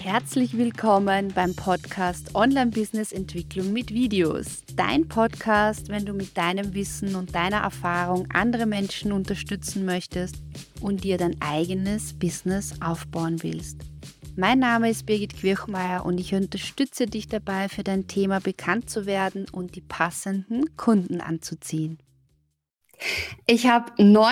Herzlich willkommen beim Podcast Online-Business-Entwicklung mit Videos. Dein Podcast, wenn du mit deinem Wissen und deiner Erfahrung andere Menschen unterstützen möchtest und dir dein eigenes Business aufbauen willst. Mein Name ist Birgit Quirchmeier und ich unterstütze dich dabei, für dein Thema bekannt zu werden und die passenden Kunden anzuziehen. Ich habe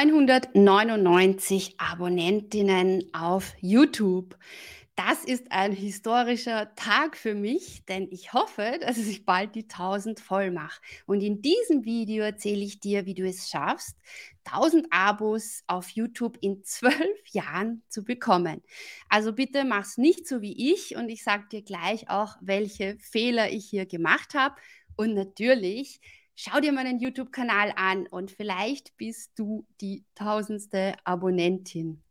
999 Abonnentinnen auf YouTube. Das ist ein historischer Tag für mich, denn ich hoffe, dass ich bald die 1000 voll mache. Und in diesem Video erzähle ich dir, wie du es schaffst, 1000 Abos auf YouTube in 12 Jahren zu bekommen. Also bitte mach's nicht so wie ich und ich sage dir gleich auch, welche Fehler ich hier gemacht habe. Und natürlich, schau dir meinen YouTube-Kanal an und vielleicht bist du die 1000. Abonnentin.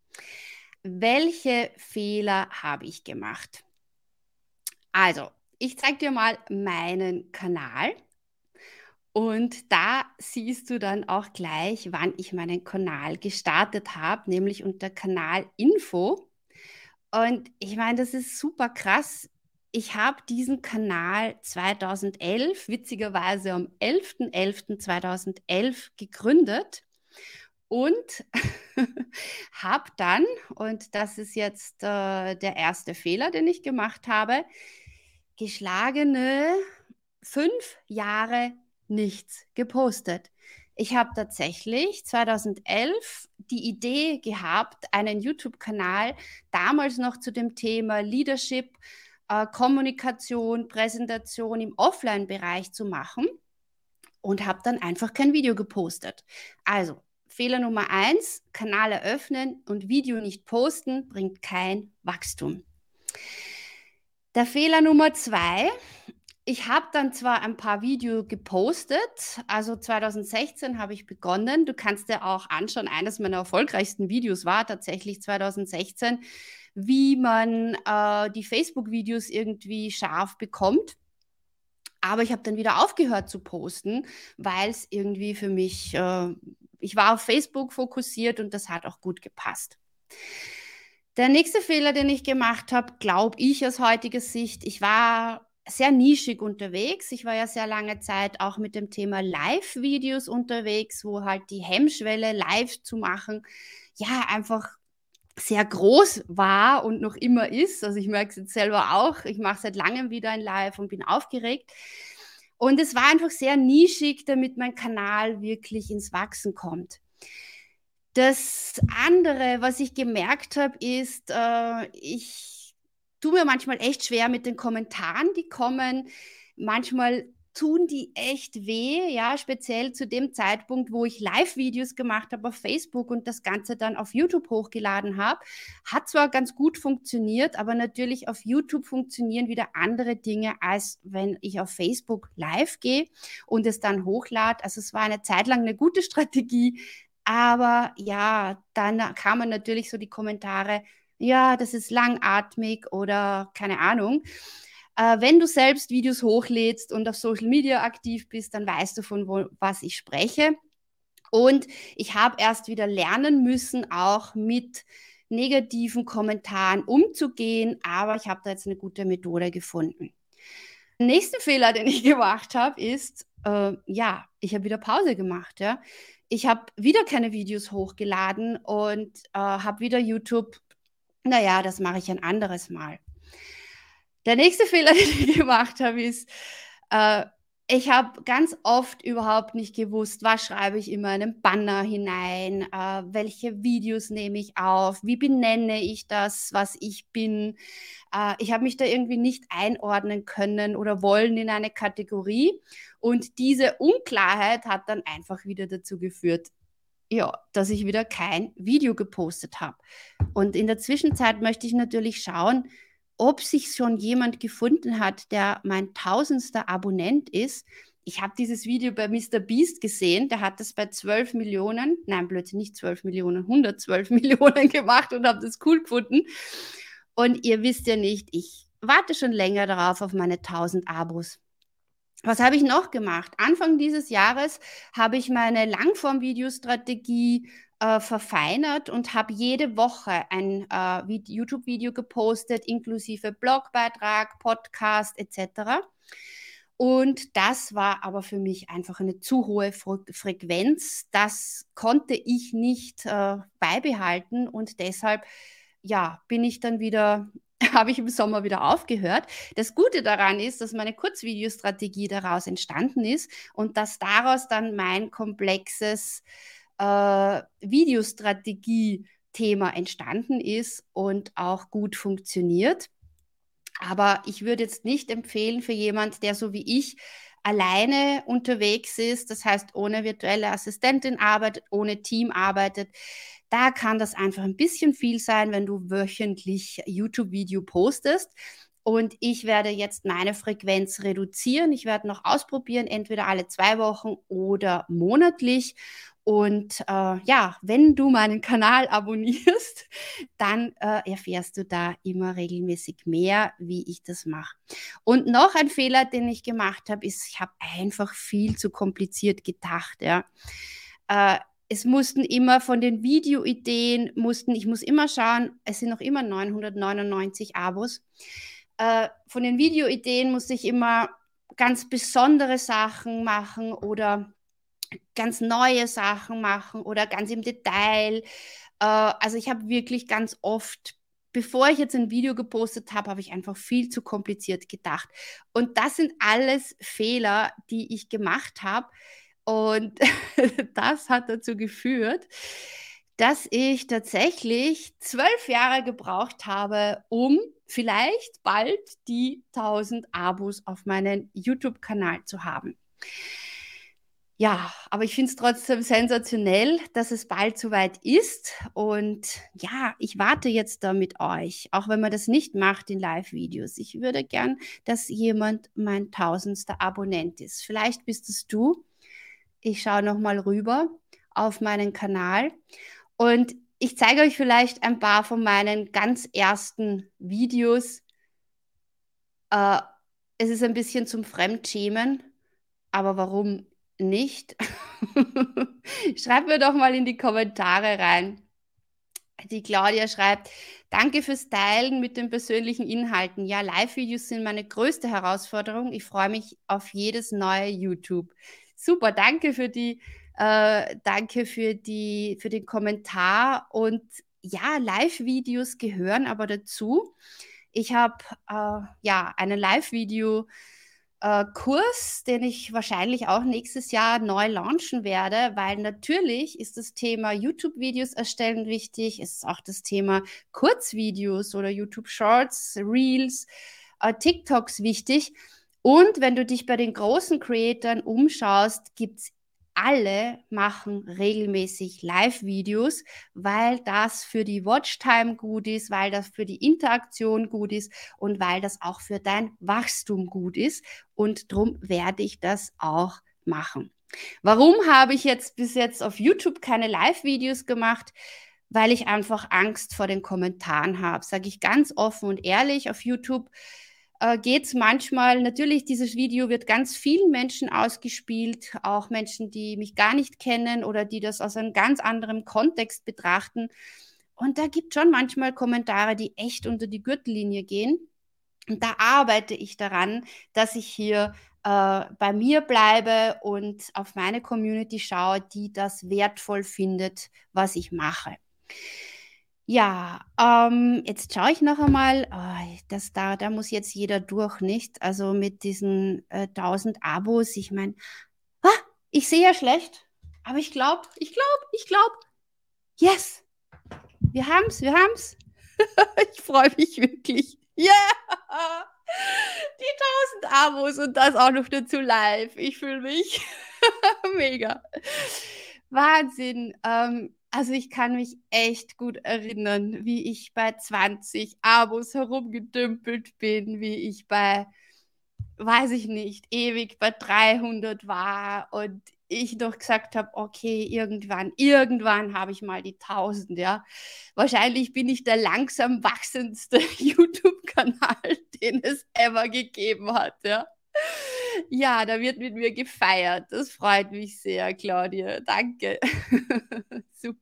Welche Fehler habe ich gemacht? Also, ich zeige dir mal meinen Kanal und da siehst du dann auch gleich, wann ich meinen Kanal gestartet habe, nämlich unter Kanalinfo. Und ich meine, das ist super krass. Ich habe diesen Kanal 2011, witzigerweise am 11.11.2011 gegründet und habe dann, und das ist jetzt der erste Fehler, den ich gemacht habe, geschlagene 5 Jahre nichts gepostet. Ich habe tatsächlich 2011 die Idee gehabt, einen YouTube-Kanal damals noch zu dem Thema Leadership, Kommunikation, Präsentation im Offline-Bereich zu machen und habe dann einfach kein Video gepostet. Also Fehler Nummer 1, Kanal eröffnen und Video nicht posten, bringt kein Wachstum. Der Fehler Nummer 2, ich habe dann zwar ein paar Videos gepostet, also 2016 habe ich begonnen. Du kannst dir auch anschauen, eines meiner erfolgreichsten Videos war tatsächlich 2016, wie man die Facebook-Videos irgendwie scharf bekommt. Aber ich habe dann wieder aufgehört zu posten, weil es irgendwie für mich, ich war auf Facebook fokussiert und das hat auch gut gepasst. Der nächste Fehler, den ich gemacht habe, glaube ich aus heutiger Sicht, ich war sehr nischig unterwegs. Ich war ja sehr lange Zeit auch mit dem Thema Live-Videos unterwegs, wo halt die Hemmschwelle live zu machen, ja, einfach sehr groß war und noch immer ist. Also ich merke es jetzt selber auch. Ich mache seit langem wieder ein Live und bin aufgeregt. Und es war einfach sehr nischig, damit mein Kanal wirklich ins Wachsen kommt. Das andere, was ich gemerkt habe, ist, ich tue mir manchmal echt schwer mit den Kommentaren, die kommen. Manchmal tun die echt weh, ja, speziell zu dem Zeitpunkt, wo ich Live-Videos gemacht habe auf Facebook und das Ganze dann auf YouTube hochgeladen habe. Hat zwar ganz gut funktioniert, aber natürlich auf YouTube funktionieren wieder andere Dinge, als wenn ich auf Facebook live gehe und es dann hochlade. Also es war eine Zeit lang eine gute Strategie, aber ja, dann kamen natürlich so die Kommentare, ja, das ist langatmig oder keine Ahnung. Wenn du selbst Videos hochlädst und auf Social Media aktiv bist, dann weißt du, von was ich spreche. Und ich habe erst wieder lernen müssen, auch mit negativen Kommentaren umzugehen, aber ich habe da jetzt eine gute Methode gefunden. Der nächste Fehler, den ich gemacht habe, ist, ja, ich habe wieder Pause gemacht. Ja. Ich habe wieder keine Videos hochgeladen und habe wieder YouTube, naja, das mache ich ein anderes Mal. Der nächste Fehler, den ich gemacht habe, ist, ich habe ganz oft überhaupt nicht gewusst, was schreibe ich in meinen Banner hinein, welche Videos nehme ich auf, wie benenne ich das, was ich bin. Ich habe mich da irgendwie nicht einordnen können oder wollen in eine Kategorie. Und diese Unklarheit hat dann einfach wieder dazu geführt, ja, dass ich wieder kein Video gepostet habe. Und in der Zwischenzeit möchte ich natürlich schauen, ob sich schon jemand gefunden hat, der mein 1000. Abonnent ist. Ich habe dieses Video bei MrBeast gesehen, der hat das bei 12 Millionen, nein, Blödsinn, nicht 12 Millionen, 112 Millionen gemacht und habe das cool gefunden. Und ihr wisst ja nicht, ich warte schon länger darauf auf meine 1000 Abos. Was habe ich noch gemacht? Anfang dieses Jahres habe ich meine Langform-Videostrategie verfeinert und habe jede Woche ein YouTube-Video gepostet, inklusive Blogbeitrag, Podcast etc. Und das war aber für mich einfach eine zu hohe Frequenz. Das konnte ich nicht beibehalten und deshalb ja, bin ich dann wieder, habe ich im Sommer wieder aufgehört. Das Gute daran ist, dass meine Kurzvideostrategie daraus entstanden ist und dass daraus dann mein komplexes Videostrategie-Thema entstanden ist und auch gut funktioniert. Aber ich würde jetzt nicht empfehlen für jemand, der so wie ich alleine unterwegs ist, das heißt ohne virtuelle Assistentin arbeitet, ohne Team arbeitet. Da kann das einfach ein bisschen viel sein, wenn du wöchentlich YouTube-Video postest. Und ich werde jetzt meine Frequenz reduzieren. Ich werde noch ausprobieren, entweder alle 2 Wochen oder monatlich. Und ja, wenn du meinen Kanal abonnierst, dann erfährst du da immer regelmäßig mehr, wie ich das mache. Und noch ein Fehler, den ich gemacht habe, ist, ich habe einfach viel zu kompliziert gedacht. Ja. Es mussten immer von den Videoideen, ich muss immer schauen, es sind noch immer 999 Abos. Von den Videoideen musste ich immer ganz besondere Sachen machen oder ganz neue Sachen machen oder ganz im Detail. Also ich habe wirklich ganz oft, bevor ich jetzt ein Video gepostet habe, habe ich einfach viel zu kompliziert gedacht. Und das sind alles Fehler, die ich gemacht habe. Und das hat dazu geführt, dass ich tatsächlich 12 Jahre gebraucht habe, um vielleicht bald die 1000 Abos auf meinen YouTube-Kanal zu haben. Ja, aber ich finde es trotzdem sensationell, dass es bald soweit ist. Und ja, ich warte jetzt da mit euch, auch wenn man das nicht macht in Live-Videos. Ich würde gern, dass jemand mein 1000. Abonnent ist. Vielleicht bist es du. Ich schaue nochmal rüber auf meinen Kanal und ich zeige euch vielleicht ein paar von meinen ganz ersten Videos. Es ist ein bisschen zum Fremdschämen, aber warum nicht? Schreibt mir doch mal in die Kommentare rein. Die Claudia schreibt, danke fürs Teilen mit den persönlichen Inhalten. Ja, Live-Videos sind meine größte Herausforderung. Ich freue mich auf jedes neue YouTube. Super, danke für den Kommentar. Und ja, Live-Videos gehören aber dazu. Ich habe ja einen Live-Video Kurs, den ich wahrscheinlich auch nächstes Jahr neu launchen werde, weil natürlich ist das Thema YouTube-Videos erstellen wichtig, es ist auch das Thema Kurzvideos oder YouTube-Shorts, Reels, TikToks wichtig. Und wenn du dich bei den großen Creatoren umschaust, gibt es alle machen regelmäßig Live-Videos, weil das für die Watchtime gut ist, weil das für die Interaktion gut ist und weil das auch für dein Wachstum gut ist. Und darum werde ich das auch machen. Warum habe ich jetzt bis jetzt auf YouTube keine Live-Videos gemacht? Weil ich einfach Angst vor den Kommentaren habe, sage ich ganz offen und ehrlich. Auf YouTube geht es manchmal, natürlich, dieses Video wird ganz vielen Menschen ausgespielt, auch Menschen, die mich gar nicht kennen oder die das aus einem ganz anderen Kontext betrachten. Und da gibt es schon manchmal Kommentare, die echt unter die Gürtellinie gehen. Und da arbeite ich daran, dass ich hier bei mir bleibe und auf meine Community schaue, die das wertvoll findet, was ich mache. Ja, jetzt schaue ich noch einmal, da muss jetzt jeder durch, nicht? Also mit diesen 1000 Abos, ich meine, ich sehe ja schlecht, aber ich glaube, yes, wir haben's. Ich freue mich wirklich. Ja, die 1000 Abos und das auch noch dazu live. Ich fühle mich mega. Wahnsinn. Also ich kann mich echt gut erinnern, wie ich bei 20 Abos herumgedümpelt bin, wie ich bei, weiß ich nicht, ewig bei 300 war und ich noch gesagt habe, okay, irgendwann habe ich mal die 1000, ja. Wahrscheinlich bin ich der langsam wachsendste YouTube-Kanal, den es ever gegeben hat, ja. Ja, da wird mit mir gefeiert. Das freut mich sehr, Claudia. Danke. Super.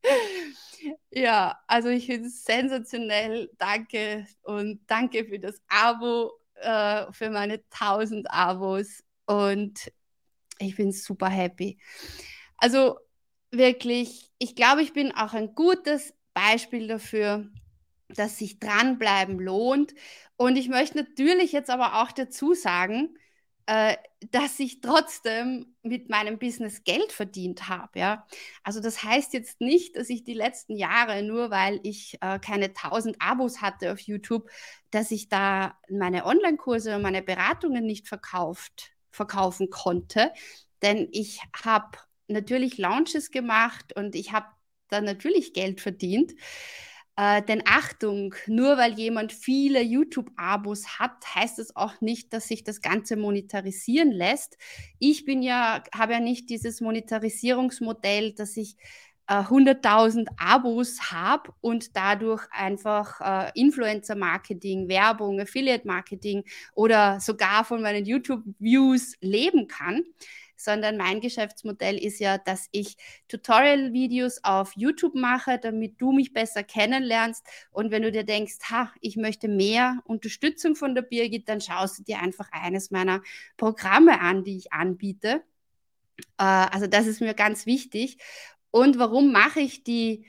Ja, also ich finde es sensationell. Danke und danke für das Abo, für meine 1000 Abos und ich bin super happy. Also wirklich, ich glaube, ich bin auch ein gutes Beispiel dafür, dass sich dranbleiben lohnt. Und ich möchte natürlich jetzt aber auch dazu sagen, äh, dass ich trotzdem mit meinem Business Geld verdient habe. Ja? Also das heißt jetzt nicht, dass ich die letzten Jahre, nur weil ich keine 1000 Abos hatte auf YouTube, dass ich da meine Online-Kurse und meine Beratungen nicht verkaufen konnte. Denn ich habe natürlich Launches gemacht und ich habe da natürlich Geld verdient. Denn Achtung, nur weil jemand viele YouTube-Abos hat, heißt es auch nicht, dass sich das Ganze monetarisieren lässt. Habe ja nicht dieses Monetarisierungsmodell, dass ich 100.000 Abos habe und dadurch einfach Influencer-Marketing, Werbung, Affiliate-Marketing oder sogar von meinen YouTube-Views leben kann, sondern mein Geschäftsmodell ist ja, dass ich Tutorial-Videos auf YouTube mache, damit du mich besser kennenlernst. Und wenn du dir denkst, ha, ich möchte mehr Unterstützung von der Birgit, dann schaust du dir einfach eines meiner Programme an, die ich anbiete. Also das ist mir ganz wichtig. Und warum mache ich die?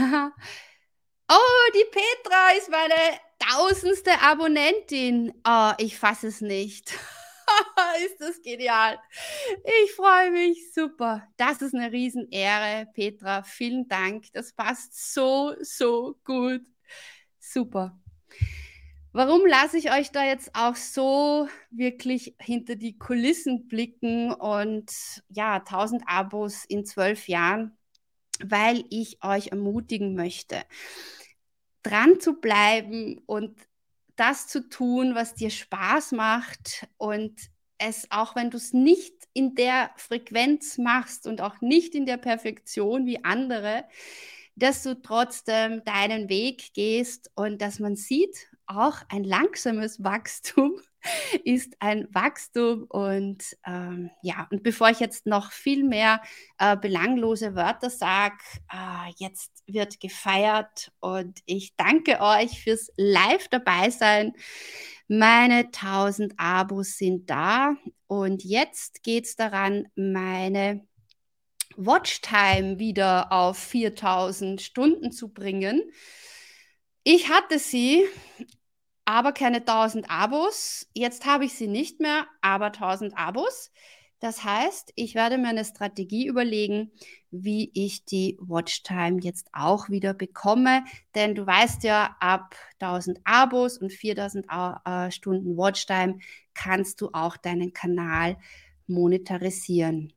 Oh, die Petra ist meine 1000. Abonnentin. Oh, ich fasse es nicht. Ist das genial. Ich freue mich. Super. Das ist eine Riesenehre, Petra. Vielen Dank. Das passt so, so gut. Super. Warum lasse ich euch da jetzt auch so wirklich hinter die Kulissen blicken und ja, 1000 Abos in 12 Jahren? Weil ich euch ermutigen möchte, dran zu bleiben und das zu tun, was dir Spaß macht und es, auch wenn du es nicht in der Frequenz machst und auch nicht in der Perfektion wie andere, dass du trotzdem deinen Weg gehst und dass man sieht, auch ein langsames Wachstum ist ein Wachstum und ja, und bevor ich jetzt noch viel mehr belanglose Wörter sage, jetzt wird gefeiert und ich danke euch fürs Live dabei sein. Meine 1000 Abos sind da und jetzt geht es daran, meine Watchtime wieder auf 4000 Stunden zu bringen. Ich hatte sie, aber keine 1000 Abos. Jetzt habe ich sie nicht mehr, aber 1000 Abos. Das heißt, ich werde mir eine Strategie überlegen, wie ich die Watchtime jetzt auch wieder bekomme. Denn du weißt ja, ab 1000 Abos und 4000 Stunden Watchtime kannst du auch deinen Kanal monetarisieren.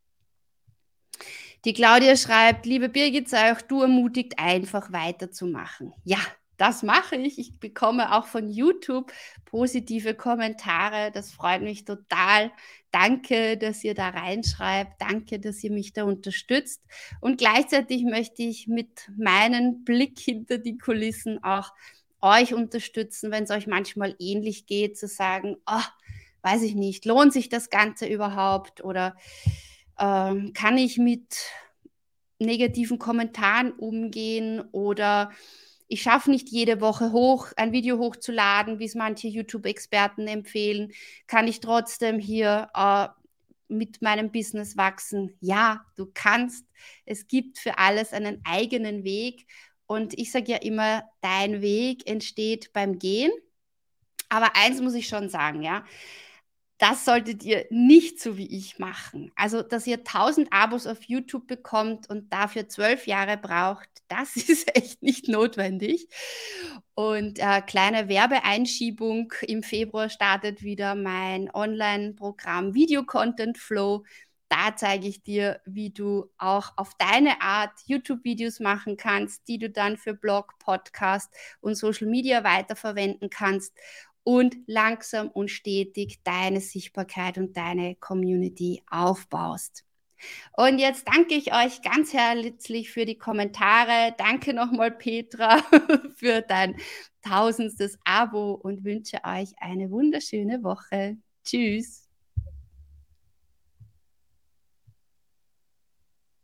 Die Claudia schreibt, liebe Birgit, sei auch du ermutigt, einfach weiterzumachen. Ja, das mache ich. Ich bekomme auch von YouTube positive Kommentare. Das freut mich total. Danke, dass ihr da reinschreibt. Danke, dass ihr mich da unterstützt. Und gleichzeitig möchte ich mit meinem Blick hinter die Kulissen auch euch unterstützen, wenn es euch manchmal ähnlich geht, zu sagen, oh, weiß ich nicht, lohnt sich das Ganze überhaupt oder kann ich mit negativen Kommentaren umgehen oder ich schaffe nicht jede Woche ein Video hochzuladen, wie es manche YouTube-Experten empfehlen, kann ich trotzdem hier mit meinem Business wachsen. Ja, du kannst. Es gibt für alles einen eigenen Weg und ich sage ja immer, dein Weg entsteht beim Gehen. Aber eins muss ich schon sagen, ja, das solltet ihr nicht so wie ich machen. Also, dass ihr 1000 Abos auf YouTube bekommt und dafür 12 Jahre braucht, das ist echt nicht notwendig. Und kleine Werbeeinschiebung, im Februar startet wieder mein Online-Programm Video Content Flow. Da zeige ich dir, wie du auch auf deine Art YouTube-Videos machen kannst, die du dann für Blog, Podcast und Social Media weiterverwenden kannst und langsam und stetig deine Sichtbarkeit und deine Community aufbaust. Und jetzt danke ich euch ganz herzlich für die Kommentare. Danke nochmal, Petra, für dein 1000. Abo und wünsche euch eine wunderschöne Woche. Tschüss.